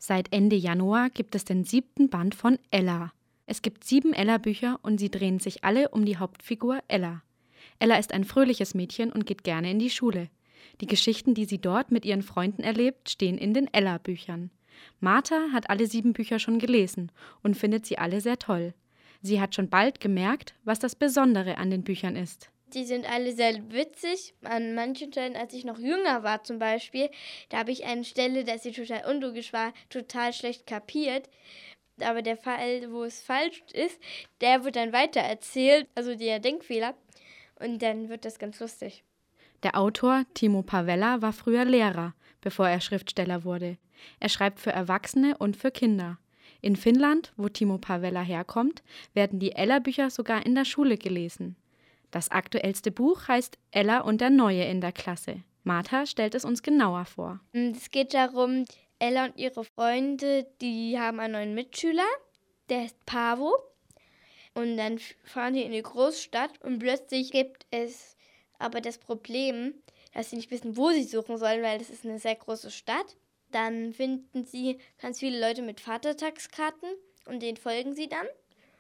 Seit Ende Januar gibt es den 7. Band von Ella. Es gibt 7 Ella-Bücher und sie drehen sich alle um die Hauptfigur Ella. Ella ist ein fröhliches Mädchen und geht gerne in die Schule. Die Geschichten, die sie dort mit ihren Freunden erlebt, stehen in den Ella-Büchern. Martha hat alle 7 Bücher schon gelesen und findet sie alle sehr toll. Sie hat schon bald gemerkt, was das Besondere an den Büchern ist. Die sind alle sehr witzig. An manchen Stellen, als ich noch jünger war zum Beispiel, da habe ich eine Stelle, dass sie total unlogisch war, total schlecht kapiert. Aber der Fall, wo es falsch ist, der wird dann weitererzählt, also der Denkfehler. Und dann wird das ganz lustig. Der Autor Timo Pavella war früher Lehrer, bevor er Schriftsteller wurde. Er schreibt für Erwachsene und für Kinder. In Finnland, wo Timo Pavella herkommt, werden die Ella-Bücher sogar in der Schule gelesen. Das aktuellste Buch heißt Ella und der Neue in der Klasse. Martha stellt es uns genauer vor. Es geht darum, Ella und ihre Freunde, die haben einen neuen Mitschüler, der heißt Paavo. Und dann fahren die in eine Großstadt und plötzlich gibt es aber das Problem, dass sie nicht wissen, wo sie suchen sollen, weil das ist eine sehr große Stadt. Dann finden sie ganz viele Leute mit Vatertagskarten und denen folgen sie dann.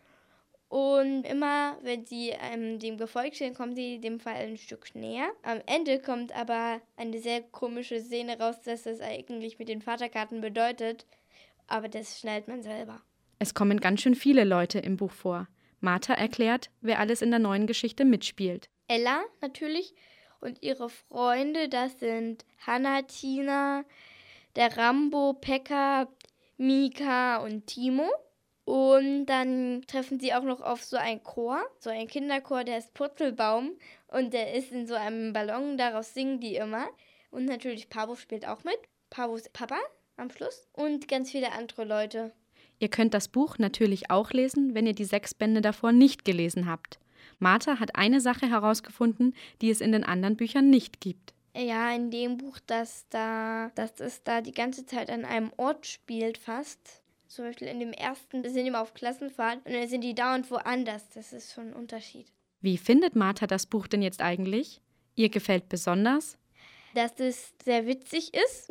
Und immer, wenn sie dem gefolgt sind, kommen sie dem Fall ein Stück näher. Am Ende kommt aber eine sehr komische Szene raus, dass das eigentlich mit den Vaterkarten bedeutet. Aber das schnallt man selber. Es kommen ganz schön viele Leute im Buch vor. Martha erklärt, wer alles in der neuen Geschichte mitspielt. Ella natürlich und ihre Freunde, das sind Hanna, Tina, der Rambo, Pekka, Mika und Timo. Und dann treffen sie auch noch auf so einen Chor, so einen Kinderchor, der ist Purzelbaum und der ist in so einem Ballon, daraus singen die immer. Und natürlich Paavo spielt auch mit, Paavos Papa am Schluss und ganz viele andere Leute. Ihr könnt das Buch natürlich auch lesen, wenn ihr die 6 Bände davor nicht gelesen habt. Martha hat eine Sache herausgefunden, die es in den anderen Büchern nicht gibt. Ja, in dem Buch, dass es da die ganze Zeit an einem Ort spielt fast. Zum Beispiel in dem ersten, wir sind immer auf Klassenfahrt und dann sind die dauernd woanders. Das ist schon ein Unterschied. Wie findet Martha das Buch denn jetzt eigentlich? Ihr gefällt besonders? Dass es sehr witzig ist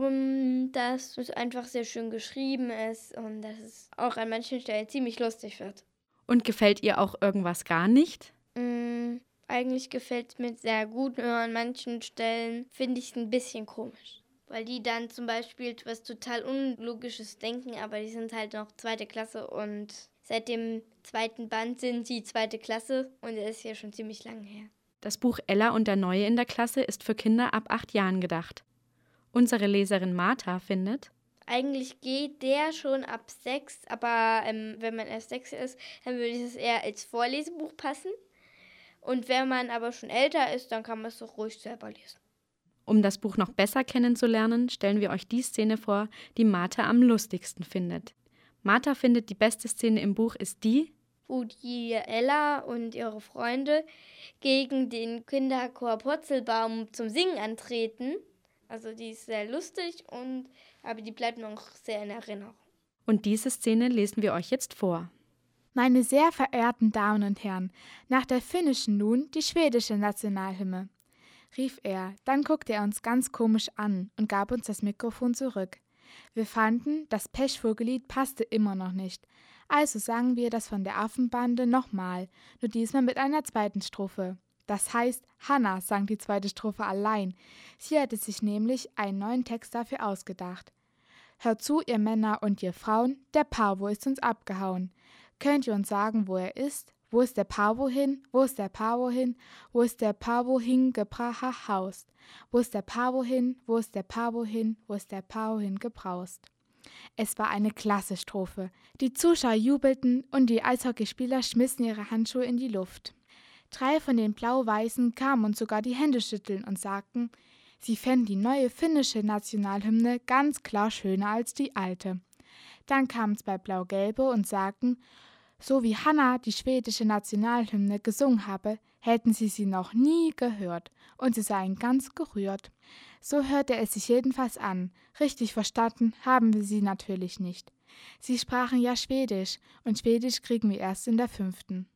und dass es einfach sehr schön geschrieben ist und dass es auch an manchen Stellen ziemlich lustig wird. Und gefällt ihr auch irgendwas gar nicht? Eigentlich gefällt es mir sehr gut, nur an manchen Stellen finde ich es ein bisschen komisch. Weil die dann zum Beispiel was total Unlogisches denken, aber die sind halt noch 2. Klasse und seit dem 2. Band sind sie 2. Klasse und er ist ja schon ziemlich lange her. Das Buch Ella und der Neue in der Klasse ist für Kinder ab 8 Jahren gedacht. Unsere Leserin Martha findet: Eigentlich geht der schon ab 6, aber wenn man erst 6 ist, dann würde es eher als Vorlesebuch passen. Und wenn man aber schon älter ist, dann kann man es doch ruhig selber lesen. Um das Buch noch besser kennenzulernen, stellen wir euch die Szene vor, die Martha am lustigsten findet. Martha findet, die beste Szene im Buch ist die, wo die Ella und ihre Freunde gegen den Kinderchor Purzelbaum zum Singen antreten. Also die ist sehr lustig, aber die bleibt noch sehr in Erinnerung. Und diese Szene lesen wir euch jetzt vor. Meine sehr verehrten Damen und Herren, nach der finnischen nun die schwedische Nationalhymne, rief er. Dann guckte er uns ganz komisch an und gab uns das Mikrofon zurück. Wir fanden, das Pechvogellied passte immer noch nicht. Also sangen wir das von der Affenbande nochmal, nur diesmal mit einer 2. Strophe. Das heißt, Hanna sang die 2. Strophe allein. Sie hatte sich nämlich einen neuen Text dafür ausgedacht. Hört zu, ihr Männer und ihr Frauen, der Paavo ist uns abgehauen. Könnt ihr uns sagen, wo er ist? Wo ist der Paavo hin? Wo ist der Paavo hin? Wo ist der Paavo hingebracht haust? Wo ist der Paavo hin? Wo ist der Paavo hin? Wo ist der Paavo hingebraust? Es war eine klasse Strophe. Die Zuschauer jubelten und die Eishockeyspieler schmissen ihre Handschuhe in die Luft. 3 von den Blau-Weißen kamen uns sogar die Hände schütteln und sagten, sie fänden die neue finnische Nationalhymne ganz klar schöner als die alte. Dann kamen 2 Blau-Gelbe und sagten, so wie Hanna die schwedische Nationalhymne gesungen habe, hätten sie noch nie gehört, und sie seien ganz gerührt. So hörte es sich jedenfalls an. Richtig verstanden haben wir sie natürlich nicht. Sie sprachen ja Schwedisch, und Schwedisch kriegen wir erst in der 5.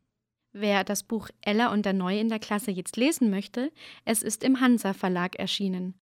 Wer das Buch Ella und der Neue in der Klasse jetzt lesen möchte, es ist im Hansa Verlag erschienen.